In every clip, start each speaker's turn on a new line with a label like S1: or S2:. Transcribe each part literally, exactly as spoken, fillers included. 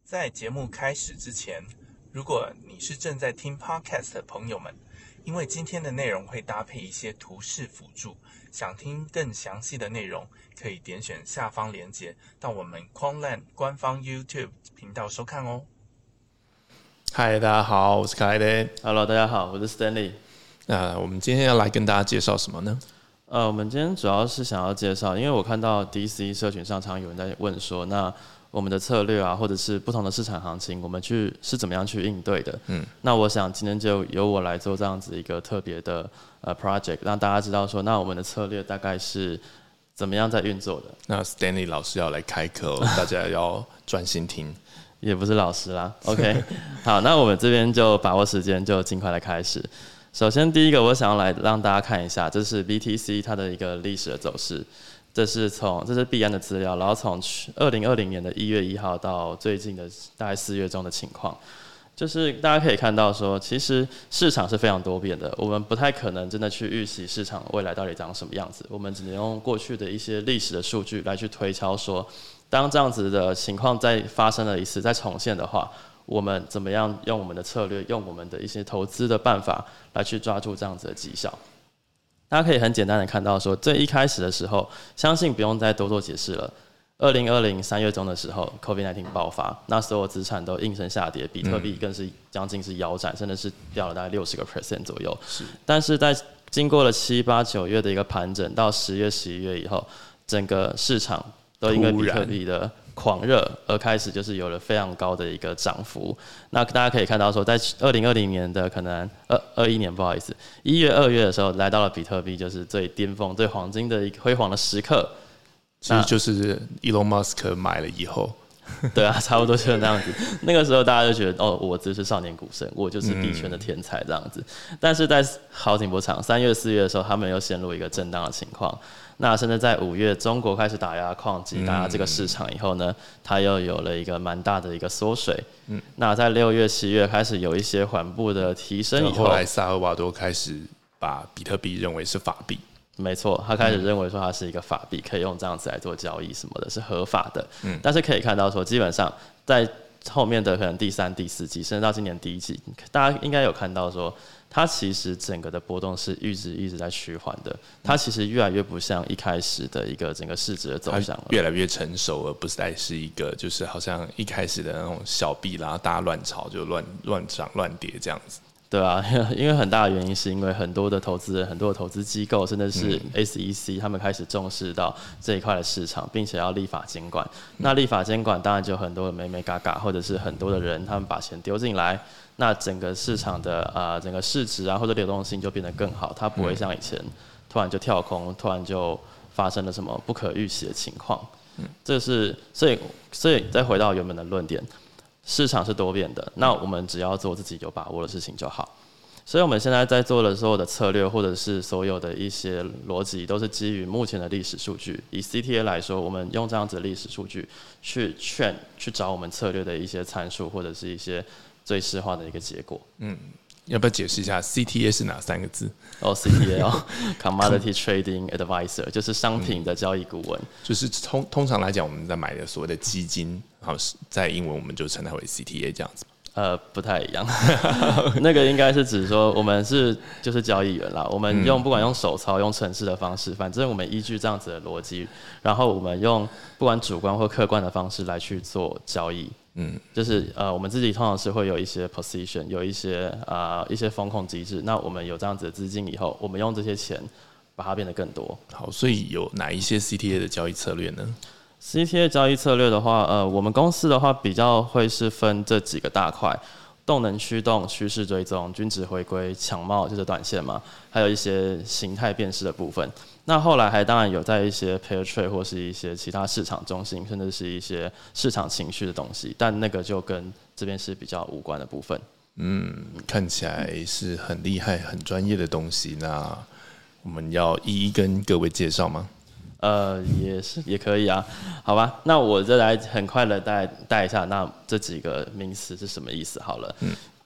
S1: 在节目开始之前，如果你是正在听 Podcast 的朋友们，因为今天的内容会搭配一些图示辅助，想听更详细的内容，可以点选下方连结到我们 Quanland 官方 YouTube 频道收看哦。
S2: 嗨，大家好，我是凯雷。
S3: Hello， 大家好，我是 Stanley。
S2: 那我们今天要来跟大家介绍什么呢？
S3: 呃，我们今天主要是想要介绍，因为我看到 D C 社群上常有人在问说，那我们的策略啊，或者是不同的市场行情，我们去是怎么样去应对的？嗯，那我想今天就由我来做这样子一个特别的呃 project， 让大家知道说，那我们的策略大概是怎么样在运作的。
S2: 那 Stanley 老师要来开课、哦，大家要专心听。
S3: 也不是老师啦 ，OK， 好，那我们这边就把握时间，就尽快来开始。首先，第一个我想要来让大家看一下，这是 B T C 它的一个历史的走势。这是从这是币安的资料，然后从二零二零年的一月一号到最近的大概四月中的情况，就是大家可以看到说，其实市场是非常多变的，我们不太可能真的去预期市场未来到底长什么样子，我们只能用过去的一些历史的数据来去推敲说，当这样子的情况再发生了一次再重现的话，我们怎么样用我们的策略，用我们的一些投资的办法来去抓住这样子的绩效。大家可以很简单的看到说，最一开始的时候，相信不用再多做解释了。二零二零三月中的时候 ，COVID 十九 爆发，那所有资产都应声下跌，比特币更是将近是腰斩，甚至是掉了大概六十个 percent 左右。是，但是在经过了七八九月的一个盘整，到十月、十一月以后，整个市场都因为比特币的狂热而开始就是有了非常高的一个涨幅。那大家可以看到说，在二零二零年的可能二二一年不好意思，一月、二月的时候，来到了比特币就是最巅峰、最黄金的一个辉煌的时刻。
S2: 其实就是 Elon Musk 买了以后，
S3: 对啊，差不多就是那样子。那个时候大家就觉得，哦，我只是少年股神，我就是币圈的天才这样子。但是在好景不长，三月、四月的时候，他们又陷入一个震荡的情况。那甚至在五月，中国开始打压矿机，打压这个市场以后呢，它又有了一个蛮大的一个缩水。嗯，那在六月、七月开始有一些缓步的提升以后，
S2: 后来萨尔瓦多开始把比特币认为是法币。
S3: 没错，他开始认为说它是一个法币，可以用这样子来做交易什么的，是合法的。嗯，但是可以看到说，基本上在后面的可能第三、第四季，甚至到今年第一季，大家应该有看到说，它其实整个的波动是一直一直在趋缓的。它其实越来越不像一开始的一个整个市值的走向了，
S2: 越来越成熟，而不是再是一个就是好像一开始的那种小币，然后大家乱炒就乱乱涨乱跌这样子。
S3: 对啊，因为很大的原因是因为很多的投资人、很多的投资机构，甚至是 S E C， 他们开始重视到这一块的市场，并且要立法监管。那立法监管当然就有很多的眉眉嘎嘎，或者是很多的人他们把钱丢进来，那整个市场的啊、呃、整个市值啊或者流动性就变得更好，它不会像以前突然就跳空，突然就发生了什么不可预期的情况。这是所以所以再回到原本的论点。市场是多变的，那我们只要做自己有把握的事情就好。所以我们现在在做的所有的策略，或者是所有的一些逻辑，都是基于目前的历史数据。以 C T A 来说，我们用这样子的历史数据去劝、去找我们策略的一些参数，或者是一些最适化的一个结果。嗯，
S2: 要不要解释一下 C T A 是哪三个字？
S3: 哦 ，C T A 哦，Commodity Trading Advisor， 就是商品的交易顾问。
S2: 嗯、就是通通常来讲，我们在买的所谓的基金，好，在英文我们就称它为 C T A 这样子。
S3: 呃，不太一样，那个应该是指说我们是就是交易员啦，我们用不管用手操、用程式的方式，反正我们依据这样子的逻辑，然后我们用不管主观或客观的方式来去做交易。嗯，就是呃，我们自己通常是会有一些 position， 有一些啊、呃、一些风控机制。那我们有这样子的资金以后，我们用这些钱把它变得更多。
S2: 好，所以有哪一些 C T A 的交易策略呢
S3: ？C T A 交易策略的话，呃，我们公司的话比较会是分这几个大块：动能驱动、趋势追踪、均值回归、抢帽就是短线嘛，还有一些形态辨识的部分。那后来还当然有在一些 pair trade 或是一些其他市场中心，甚至是一些市场情绪的东西，但那个就跟这边是比较无关的部分。
S2: 嗯，看起来是很厉害、很专业的东西。那我们要一一跟各位介绍吗？
S3: 呃，也是也可以啊，好吧。那我再来很快的带带一下，那这几个名词是什么意思好了。嗯，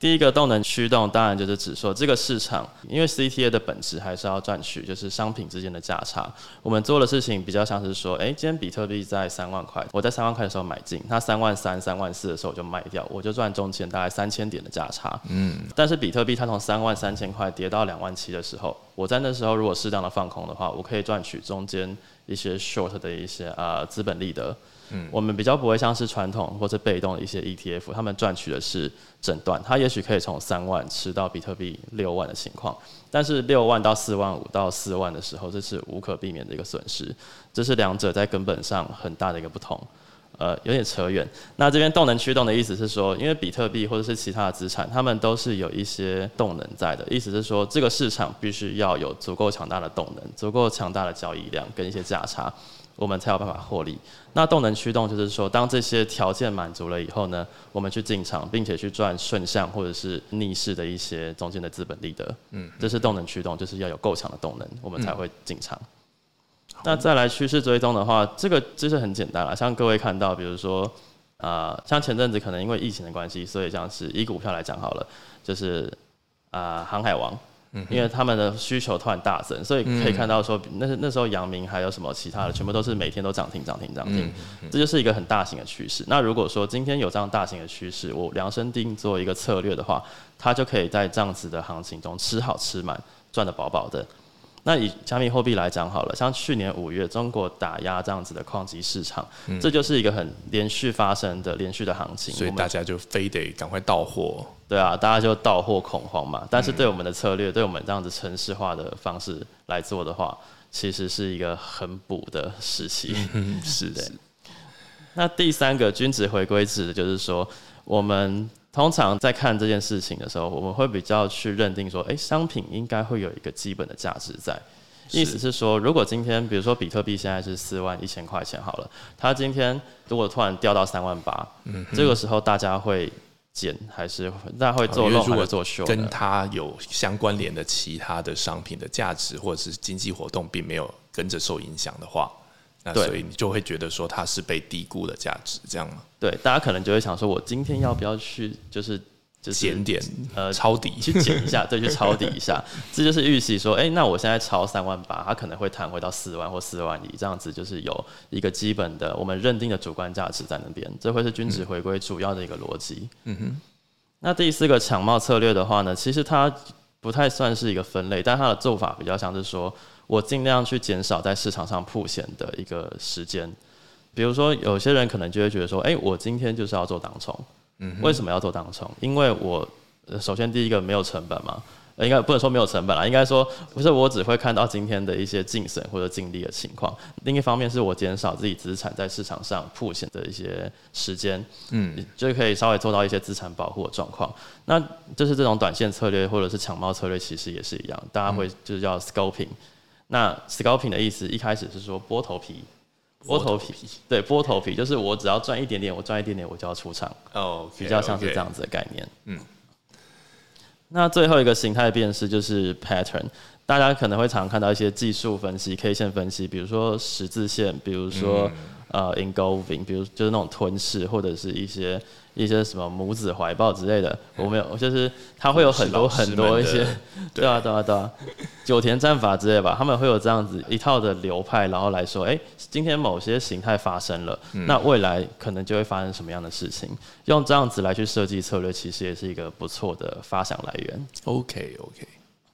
S3: 第一个动能驱动，当然就是指说这个市场，因为 C T A 的本质还是要赚取就是商品之间的价差。我们做的事情比较像是说，哎、欸，今天比特币在三万块，我在三万块的时候买进，它三万三、三万四的时候我就卖掉，我就赚中间大概三千点的价差。嗯，但是比特币它从三万三千块跌到两万七的时候，我在那时候如果适当的放空的话，我可以赚取中间一些 short 的一些呃资本利得。嗯，我们比较不会像是传统或者被动的一些 E T F， 他们赚取的是整段，它也许可以从三万吃到比特币六万的情况，但是六万到四万五到四万的时候，这是无可避免的一个损失，这是两者在根本上很大的一个不同。呃，有点扯远。那这边动能驱动的意思是说，因为比特币或者是其他的资产，它们都是有一些动能在的，意思是说，这个市场必须要有足够强大的动能，足够强大的交易量跟一些价差，我们才有办法获利。那动能驱动就是说，当这些条件满足了以后呢，我们去进场，并且去赚顺向或者是逆势的一些中间的资本利得。嗯，这是动能驱动，就是要有够强的动能，我们才会进场。嗯，那再来趋势追踪的话，这个就是很简单啦。像各位看到，比如说，呃，像前阵子可能因为疫情的关系，所以像是以股票来讲好了，就是啊、呃、航海王。因为他们的需求突然大增，所以可以看到说，那那时候阳明还有什么其他的，全部都是每天都涨停涨停涨停，这就是一个很大型的趋势。那如果说今天有这样大型的趋势，我量身定做一个策略的话，它就可以在这样子的行情中吃好吃满，赚得饱饱的。那以加密货币来讲好了，像去年五月中国打压这样子的矿机市场，嗯、这就是一个很连续发生的连续的行情，
S2: 所以大家就非得赶快到货。
S3: 对啊，大家就到货恐慌嘛。但是对我们的策略，嗯、对我们这样子程式化的方式来做的话，其实是一个很补的时期。
S2: 嗯，是的。
S3: 那第三个均值回归指的就是说，我们通常在看这件事情的时候，我们会比较去认定说，哎、欸，商品应该会有一个基本的价值在。意思是说，如果今天比如说比特币现在是四万一千块钱好了，它今天如果突然掉到三万八，嗯，这个时候大家会减还是大家会做 long 还是做 short？
S2: 跟它有相关联的其他的商品的价值或者是经济活动并没有跟着受影响的话，那所以你就会觉得说它是被低估的价值，这样吗？
S3: 对，大家可能就会想说，我今天要不要去就是就是
S2: 减点
S3: 呃
S2: 抄底，
S3: 去减一下，对，去抄底一下，这就是预期说，哎、欸，那我现在抄三万八，它可能会弹回到四万或四万一，这样子就是有一个基本的我们认定的主观价值在那边，这会是均值回归主要的一个逻辑。嗯哼。那第四个抢帽策略的话呢，其实它不太算是一个分类，但它的做法比较像是说，我尽量去减少在市场上曝险的一个时间。比如说，有些人可能就会觉得说，哎、欸，我今天就是要做当冲。嗯、为什么要做当冲？因为我首先第一个没有成本嘛，应该不能说没有成本啦，应该说不是我只会看到今天的一些净损或者净利的情况。另一方面是我减少自己资产在市场上曝险的一些时间，嗯，就可以稍微做到一些资产保护的状况。那就是这种短线策略或者是抢猫策略，其实也是一样，大家会就是叫 scalping。那 scalping 的意思一开始是说剥头皮。剥头皮，对，剥头皮就是我只要赚一点点，我赚一点点我就要出场，哦， okay, 比较像是这样子的概念。嗯，那最后一个形态辨识就是 pattern， 大家可能会常看到一些技术分析、K 线分析，比如说十字线，比如说、嗯、呃 engulfing， 比如就是那种吞噬，或者是一些一些什么母子怀抱之类的，我没有，就是它会有很多很多一些，对啊对啊对啊，九田战法之类吧，他们会有这样子一套的流派，然后来说，哎、欸，今天某些形态发生了，嗯、那未来可能就会发生什么样的事情，用这样子来去设计策略，其实也是一个不错的发想来源。
S2: OK OK。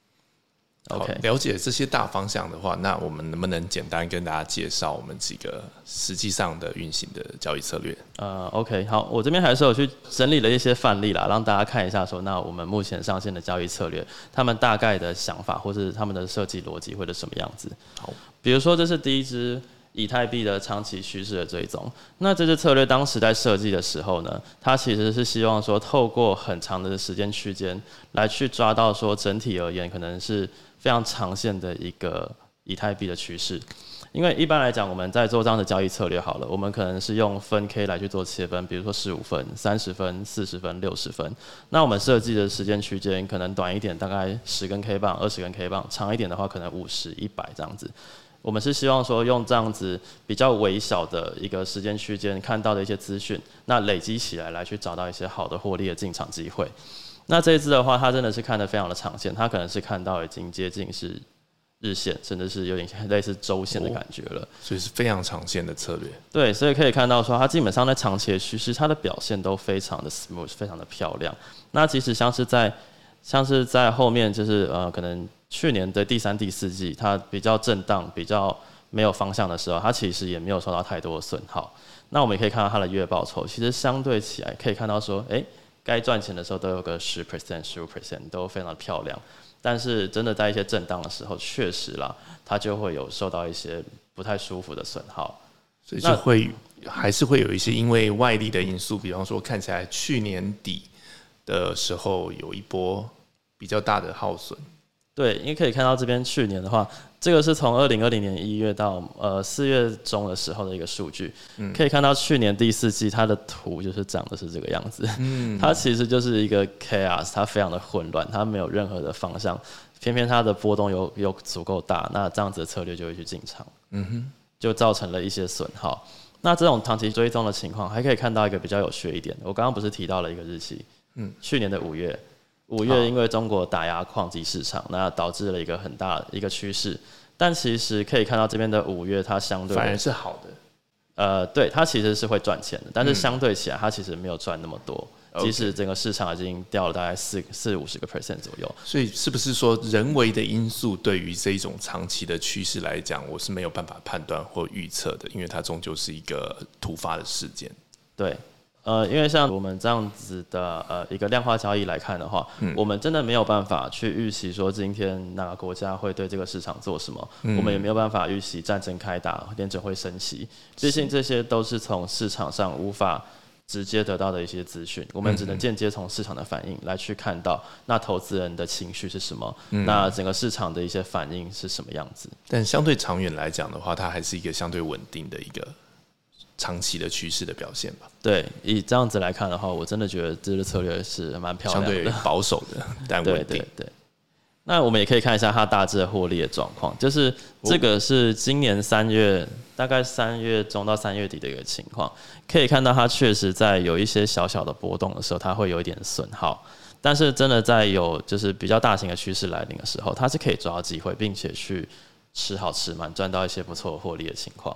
S3: OK，
S2: 了解这些大方向的话，那我们能不能简单跟大家介绍我们几个实际上的运行的交易策略？
S3: 呃 ，OK， 好，我这边还是有去整理了一些范例啦，让大家看一下说，那我们目前上线的交易策略，他们大概的想法或是他们的设计逻辑会是什么样子？好，比如说这是第一支以太币的长期趋势的追踪，那这支策略当时在设计的时候呢，它其实是希望说，透过很长的时间区间来去抓到说整体而言可能是非常长线的一个以太币的趋势。因为一般来讲，我们在做这样的交易策略好了，我们可能是用分 K 来去做切分，比如说十五分、三十分、四十分、六十分。那我们设计的时间区间可能短一点，大概十根 K 棒、二十根 K 棒；长一点的话，可能五十、一百这样子。我们是希望说用这样子比较微小的一个时间区间看到的一些资讯，那累积起来来去找到一些好的获利的进场机会。 那这一支的话，它真的是看得非常的长线，它可能是看到已经接近是日线，甚至是有点类似周线的感觉了，哦，
S2: 所以是非常长线的策略。
S3: 对，所以可以看到说，它基本上在长期的趋势，它的表现都非常的 smooth， 非常的漂亮。那即使像是在像是在后面，就是呃，可能去年的第三、第四季，它比较震荡、比较没有方向的时候，它其实也没有受到太多的损耗。那我们也可以看到它的月报酬，其实相对起来可以看到说，哎，该赚钱的时候都有个十 percent、十五 percent， 都非常的漂亮。但是真的在一些震荡的时候，确实啦，它就会有受到一些不太舒服的损耗，
S2: 所以就会还是会有一些因为外力的因素，比方说看起来去年底的时候有一波比较大的耗损。
S3: 对，因为可以看到这边去年的话，这个是从二零二零年一月到呃四月中的时候的一个数据，嗯，可以看到去年第四季它的图就是长的是这个样子，嗯，它其实就是一个 chaos， 它非常的混乱，它没有任何的方向，偏偏它的波动又又足够大，那这样子的策略就会去进场，嗯哼，就造成了一些损耗。那这种长期追踪的情况，还可以看到一个比较有趣一点，我刚刚不是提到了一个日期，嗯，去年的五月。五月因为中国打压矿机市场，那导致了一个很大的一个趋势。但其实可以看到这边的五月，它相对
S2: 反而是好的。
S3: 呃，对，它其实是会赚钱的，但是相对起来，它其实没有赚那么多。嗯、即使整个市场已经掉了大概四四五十个 percent 左右。
S2: 所以是不是说人为的因素对于这一种长期的趋势来讲，我是没有办法判断或预测的，因为它终究是一个突发的事件。
S3: 对。呃，因为像我们这样子的呃一个量化交易来看的话，嗯、我们真的没有办法去预期说今天哪个国家会对这个市场做什么，嗯、我们也没有办法预期战争开打，联准会升息，毕竟这些都是从市场上无法直接得到的一些资讯，我们只能间接从市场的反应来去看到那投资人的情绪是什么，嗯、那整个市场的一些反应是什么样子。
S2: 但相对长远来讲的话，它还是一个相对稳定的一个长期的趋势的表现吧。
S3: 对，以这样子来看的话，我真的觉得这个策略是蛮漂亮的，
S2: 相对保守的，但稳定。
S3: 对对对。那我们也可以看一下它大致的获利的状况，就是这个是今年三月，大概三月中到三月底的一个情况，可以看到它确实在有一些小小的波动的时候，它会有一点损耗，但是真的在有就是比较大型的趋势来临的时候，它是可以抓到机会，并且去吃好吃满，赚到一些不错的获利的情况。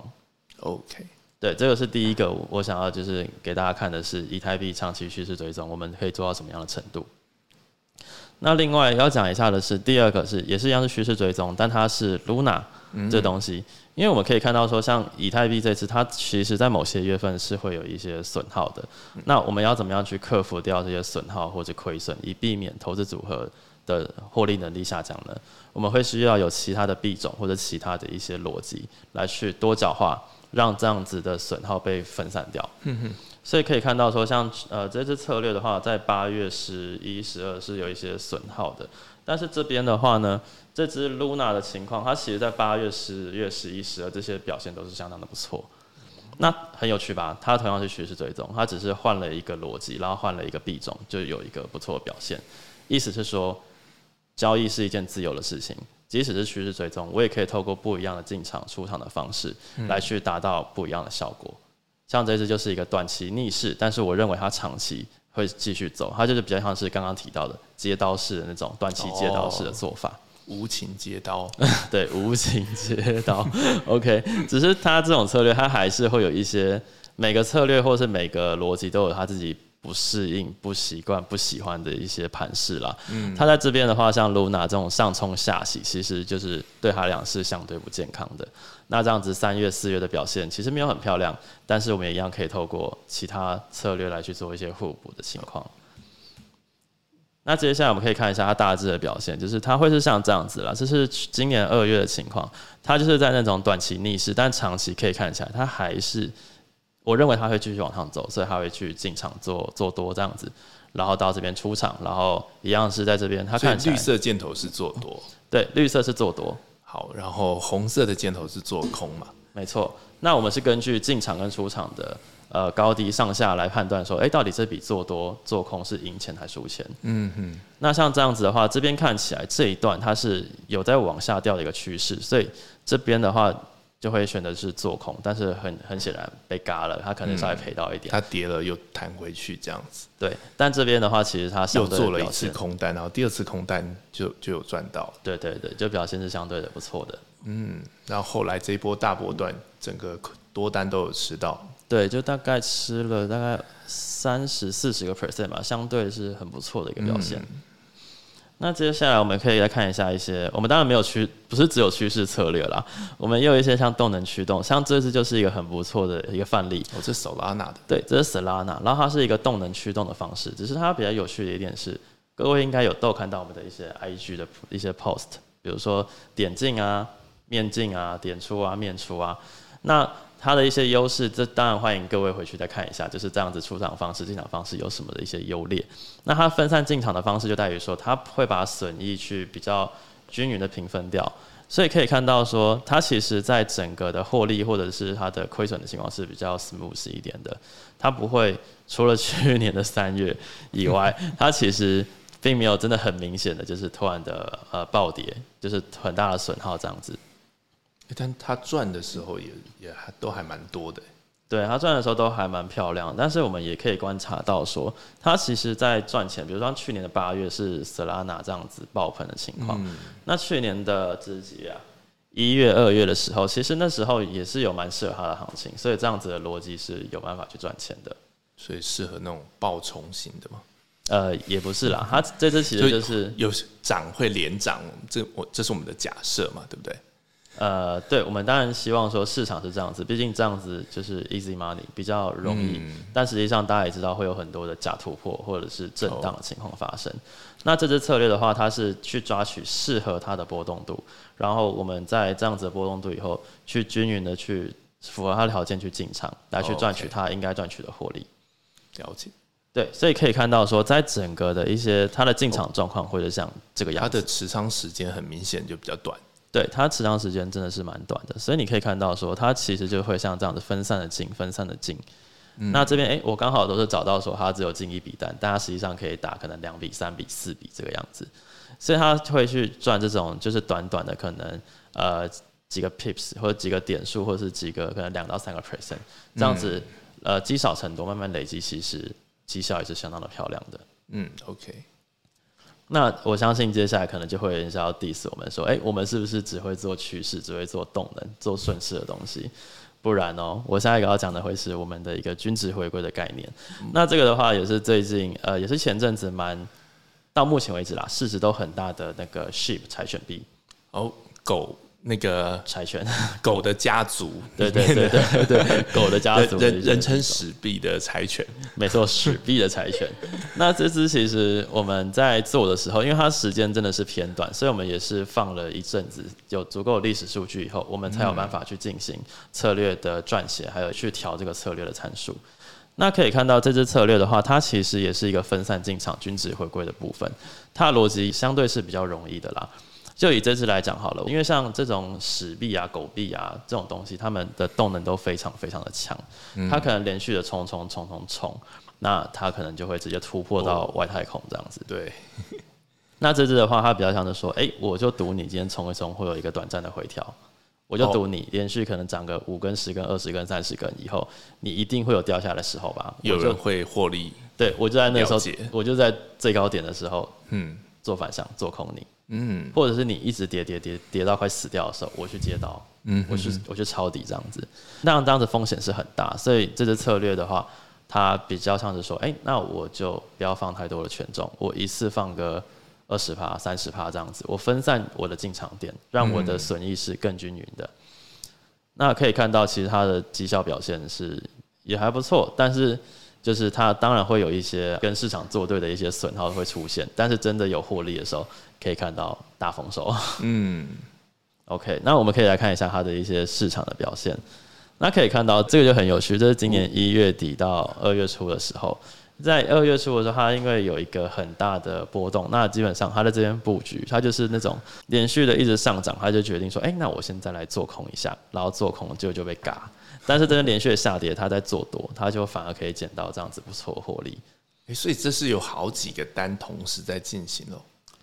S2: OK。
S3: 对，这个是第一个，我想要就是给大家看的是以太币长期趋势追踪，我们可以做到什么样的程度。那另外要讲一下的是，第二个是也是一样是趋势追踪，但它是 Luna 这东西，嗯、因为我们可以看到说，像以太币这次，它其实在某些月份是会有一些损耗的。嗯、那我们要怎么样去克服掉这些损耗或者亏损，以避免投资组合的获利能力下降呢？我们会需要有其他的币种或者其他的一些逻辑来去多角化。让这样子的损耗被分散掉，嗯、所以可以看到说像，呃这支策略的话，在八月十一、十二是有一些损耗的，但是这边的话呢，这支 Luna 的情况，它其实在八月、十月、十一、十二这些表现都是相当的不错。那很有趣吧？它同样是趋势追踪，它只是换了一个逻辑，然后换了一个币种，就有一个不错的表现。意思是说，交易是一件自由的事情。即使是趋势追踪，我也可以透过不一样的进场、出场的方式来去达到不一样的效果。像这支就是一个短期逆势，但是我认为它长期会继续走，它就是比较像是刚刚提到的接刀式的那种短期接刀式的做法。
S2: 哦、无情接刀，
S3: 对，无情接刀。OK， 只是它这种策略，它还是会有一些每个策略或是每个逻辑都有它自己不适应、不习惯、不喜欢的一些盘势啦。嗯，它在这边的话，像 Luna 这种上冲下洗，其实就是对它来讲是相对不健康的。那这样子三月、四月的表现其实没有很漂亮，但是我们也一样可以透过其他策略来去做一些互补的情况。那接下来我们可以看一下它大致的表现，就是它会是像这样子啦，这是今年二月的情况，它就是在那种短期逆势，但长期可以看起来它还是。我认为他会继续往上走，所以他会去进场做做多这样子，然后到这边出场，然后一样是在这边，他看起来
S2: 绿色箭头是做多，
S3: 对，绿色是做多，
S2: 好，然后红色的箭头是做空嘛，
S3: 没错。那我们是根据进场跟出场的呃高低上下来判断说，哎，到底这笔做多做空是赢钱还是输钱？嗯哼。那像这样子的话，这边看起来这一段它是有在往下掉的一个趋势，所以这边的话。 就会选择是做空，但是很很显然被嘎了，它可能稍微赔到一点。
S2: 它、嗯、跌了又弹回去这样子。
S3: 对，但这边的话，其实它相对
S2: 又做了一次空单，然后第二次空单就就有赚到。
S3: 对对对，就表现是相对的不错的。
S2: 嗯，然后后来这一波大波段，整个多单都有吃到。
S3: 对，就大概吃了大概三十四十个 percent 吧，相对是很不错的一个表现。嗯，那接下来我们可以来看一下一些，我们当然没有趋，不是只有趋势策略啦，我们也有一些像动能驱动，像这支就是一个很不错的一个范例。
S2: 哦，这是 Solana 的。
S3: 对，这是 Solana， 然后它是一个动能驱动的方式，只是它比较有趣的一点是，各位应该有都有看到我们的一些 I G 的一些 post， 比如说点进啊、面进啊、点出啊、面出啊，那它的一些优势，这当然欢迎各位回去再看一下，就是这样子出场方式、进场方式有什么的一些优劣。那它分散进场的方式就在于说，它会把损益去比较均匀的平分掉，所以可以看到说，它其实在整个的获利或者是它的亏损的情况是比较 smooth 一点的，它不会除了去年的三月以外，它其实并没有真的很明显的就是突然的呃暴跌，就是很大的损耗这样子。
S2: 但他赚的时候也也还都还蛮多的，
S3: 对，他赚的时候都还蛮漂亮，但是我们也可以观察到说，他其实在赚钱，比如说去年的八月是 Solana 这样子爆棚的情况，嗯、那去年的这是几月啊？一月、二月的时候，其实那时候也是有蛮适合他的行情，所以这样子的逻辑是有办法去赚钱的。
S2: 所以适合那种爆冲型的吗？
S3: 呃，也不是啦，他这支其实就是
S2: 有涨会连涨，这我这是我们的假设嘛，对不对？
S3: 呃，对，我们当然希望说市场是这样子，毕竟这样子就是 easy money 比较容易，嗯、但实际上大家也知道会有很多的假突破或者是震荡的情况发生。哦、那这支策略的话，它是去抓取适合它的波动度，然后我们在这样子的波动度以后，去均匀的去符合它的条件去进场，来去赚取它应该赚取的获利。
S2: 了解。
S3: 对，所以可以看到说，在整个的一些它的进场状况会是像这个样子，
S2: 它的持仓时间很明显就比较短。
S3: 对，它持仓时间真的是蛮短的，所以你可以看到说，它其实就会像这样子分散的进，分散的进。嗯、那这边哎，我刚好都是找到说它只有进一笔单，但它实际上可以打可能两笔、三笔、四笔这个样子，所以它会去赚这种就是短短的可能呃几个 pips 或者几个点数，或者是几个可能两到三个 percent 这样子，嗯、呃积少成多，慢慢累积，其实绩效也是相当的漂亮的。
S2: 嗯 ，OK。
S3: 那我相信接下来可能就会有人想要 diss 我们说，哎、欸，我们是不是只会做趋势，只会做动能，做顺势的东西？不然哦，我下一个要讲的会是我们的一个均值回归的概念。嗯、那这个的话也是最近呃，也是前阵子蛮到目前为止啦，市值都很大的那个 Sheep 柴犬币
S2: 哦，狗。那个
S3: 柴犬
S2: 狗的家族，
S3: 对对对对对，狗的家族，
S2: 人人称史币的柴犬，
S3: 没错，史币的柴犬。那这支其实我们在做的时候，因为它时间真的是偏短，所以我们也是放了一阵子，有足够的历史数据以后，我们才有办法去进行策略的撰写，还有去调这个策略的参数。那可以看到这支策略的话，它其实也是一个分散进场、均值回归的部分，它的逻辑相对是比较容易的啦。就以这支来讲好了，因为像这种史币啊、狗币啊这种东西，它们的动能都非常非常的强，它可能连续的冲冲冲冲冲，那它可能就会直接突破到外太空这样子。
S2: 对。
S3: 那这支的话，它比较像是说，哎、欸，我就赌你今天冲一冲会有一个短暂的回调，我就赌你连续可能涨个五根、十根、二十根、三十根以后，你一定会有掉下来的时候吧？
S2: 有人会获利。
S3: 对，我就在那个时候，我就在最高点的时候，嗯，做反向做空你。嗯，或者是你一直跌跌跌跌到快死掉的时候，我去接刀，嗯，我去我去抄底这样子，那这样子风险是很大，所以这支策略的话，它比较像是说，哎、欸，那我就不要放太多的权重，我一次放个二十趴、三十趴这样子，我分散我的进场点，让我的损益是更均匀的。嗯、那可以看到，其实它的绩效表现是也还不错，但是就是它当然会有一些跟市场作对的一些损耗会出现，但是真的有获利的时候，可以看到大丰收。嗯 ，OK， 那我们可以来看一下它的一些市场的表现。那可以看到这个就很有趣，这是今年一月底到二月初的时候，在二月初的时候，它因为有一个很大的波动，那基本上它在这边布局，它就是那种连续的一直上涨，它就决定说，哎、欸，那我现在来做空一下，然后做空结果就被嘎。但是这边连续的下跌，它在做多，它就反而可以捡到这样子不错的获利。
S2: 欸、所以这是有好几个单同时在进行咯。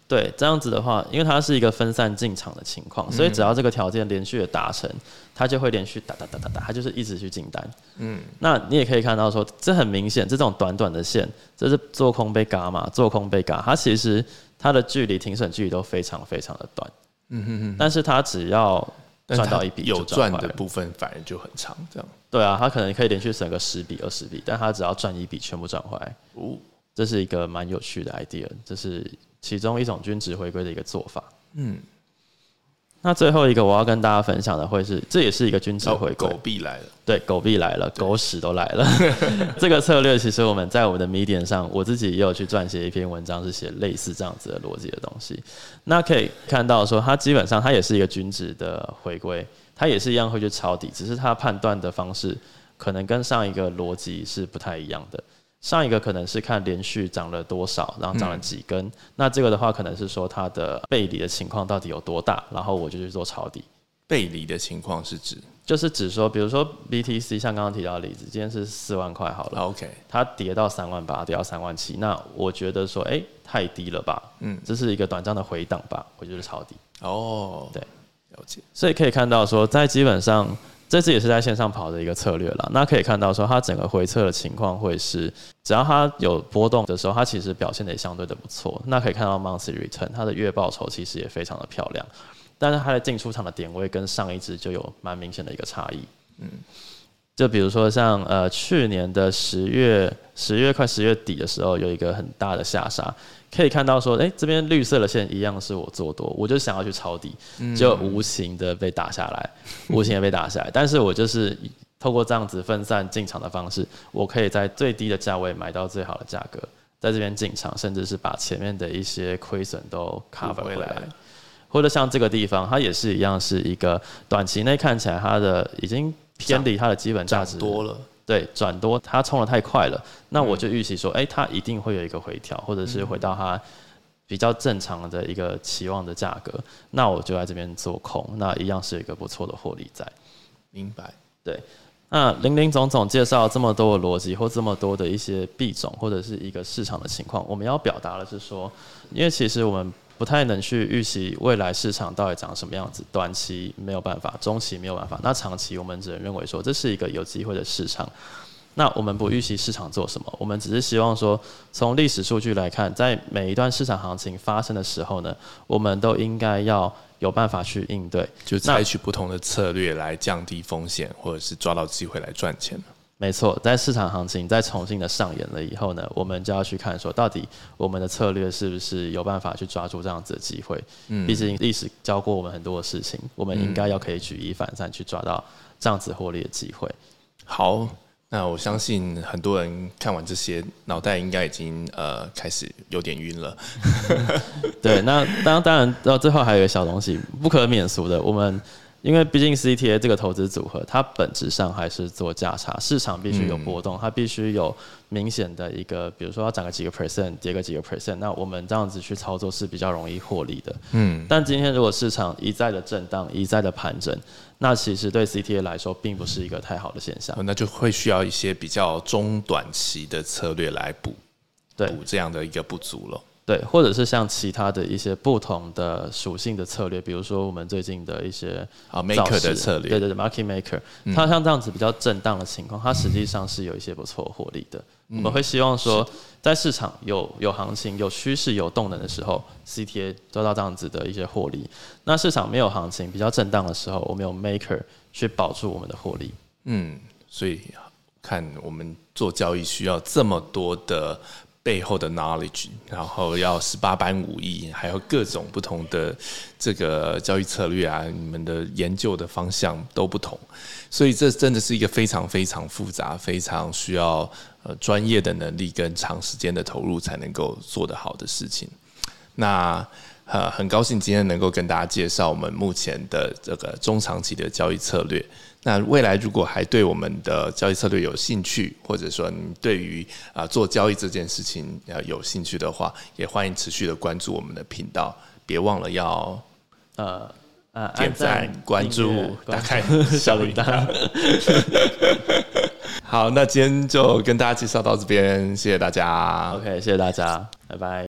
S3: 对，这样子的话，因为它是一个分散进场的情况，所以只要这个条件连续的达成，它就会连续打打打打打，它就是一直去进单。嗯，那你也可以看到说，这很明显，这种短短的线，这是做空被嘎嘛，做空被嘎，它其实它的距离停损距离都非常非常的短。嗯哼哼，但是它只要赚到一笔，
S2: 有赚的部分反而就很长，这样。
S3: 对啊，它可能可以连续省个十笔、二十笔，但它只要赚一笔，全部赚回来。哦，这是一个蛮有趣的 idea， 这是其中一种均值回归的一个做法。嗯，那最后一个我要跟大家分享的会是，这也是一个均值回归。
S2: 狗币来了，
S3: 对，狗币来了，狗屎都来了。这个策略其实我们在我们的 Medium 上，我自己也有去撰写一篇文章，是写类似这样子的逻辑的东西。那可以看到说，它基本上它也是一个均值的回归，它也是一样会去抄底，只是它判断的方式可能跟上一个逻辑是不太一样的。上一个可能是看连续涨了多少，然后涨了几根，嗯、那这个的话可能是说它的背离的情况到底有多大，然后我就去做抄底。
S2: 背离的情况是指，
S3: 就是指说，比如说 B T C 像刚刚提到的例子，今天是四万块好了
S2: ，OK，
S3: 它跌到三万八，跌到三万七，那我觉得说，哎、欸，太低了吧，嗯，这是一个短暂的回档吧，我就是抄底。
S2: 哦，
S3: 对，
S2: 了解。
S3: 所以可以看到说，在基本上。这次也是在线上跑的一个策略啦。那可以看到说，它整个回测的情况会是，只要它有波动的时候，它其实表现得也相对的不错。那可以看到 monthly return， 它的月报酬其实也非常的漂亮，但是它的进出场的点位跟上一支就有蛮明显的一个差异。嗯，就比如说像呃去年的十月十月快十月底的时候，有一个很大的下杀。可以看到说，哎、欸，这边绿色的线一样是我做多，我就想要去抄底，就无形的被打下来，无形的被打下来。但是我就是透过这样子分散进场的方式，我可以在最低的价位买到最好的价格，在这边进场，甚至是把前面的一些亏损都 cover 回来。或者像这个地方，它也是一样，是一个短期内看起来它的已经偏离它的基本价值
S2: 多了。
S3: 对，转多它冲得太快了，那我就预期说，哎、欸，它一定会有一个回调，或者是回到它比较正常的一个期望的价格，那我就在这边做空，那一样是一个不错的获利在。
S2: 明白。
S3: 对，那林林总总介绍这么多的逻辑或这么多的一些币种或者是一个市场的情况，我们要表达的是说，因为其实我们不太能去预期未来市场到底长什么样子，短期没有办法，中期没有办法，那长期我们只能认为说这是一个有机会的市场。那我们不预期市场做什么，我们只是希望说，从历史数据来看，在每一段市场行情发生的时候呢，我们都应该要有办法去应对，
S2: 就采取不同的策略来降低风险，或者是抓到机会来赚钱。
S3: 没错，在市场行情再重新的上演了以后呢，我们就要去看说，到底我们的策略是不是有办法去抓住这样子的机会。嗯，毕竟历史教过我们很多的事情，我们应该要可以举一反三，去抓到这样子获利的机会。
S2: 好，那我相信很多人看完这些，脑袋应该已经呃开始有点晕了。
S3: 对，那当当然到最后还有一个小东西，不可免俗的，我们。因为毕竟 C T A 这个投资组合，它本质上还是做价差，市场必须有波动，它必须有明显的一个，比如说要涨个几个 percent， 跌个几个 percent， 那我们这样子去操作是比较容易获利的。嗯，但今天如果市场一再的震荡，一再的盘整，那其实对 C T A 来说并不是一个太好的现象。
S2: 那就会需要一些比较中短期的策略来补，补这样的一个不足了。
S3: 对，或者是像其他的一些不同的属性的策略，比如说我们最近的一些
S2: 啊 maker 的策略，
S3: 对对对 ，market maker，、嗯、它像这样子比较震荡的情况，它实际上是有一些不错获利的。嗯、我们会希望说，在市场有有行情、有趋势、有动能的时候 ，C T A 做到这样子的一些获利。那市场没有行情、比较震荡的时候，我们有 maker 去保住我们的获利。
S2: 嗯，所以看我们做交易需要这么多的。背后的 knowledge， 然后要十八般武艺，还有各种不同的这个交易策略啊，你们的研究的方向都不同，所以这真的是一个非常非常复杂、非常需要呃专业的能力跟长时间的投入才能够做得好的事情。那呃很高兴今天能够跟大家介绍我们目前的这个中长期的交易策略。那未来如果还对我们的交易策略有兴趣，或者说你对于啊做交易这件事情有兴趣的话，也欢迎持续的关注我们的频道，别忘了要
S3: 呃呃
S2: 点赞、关注、打开
S3: 小铃铛。
S2: 好，那今天就跟大家介绍到这边，谢谢大家。
S3: OK， 谢谢大家，拜拜。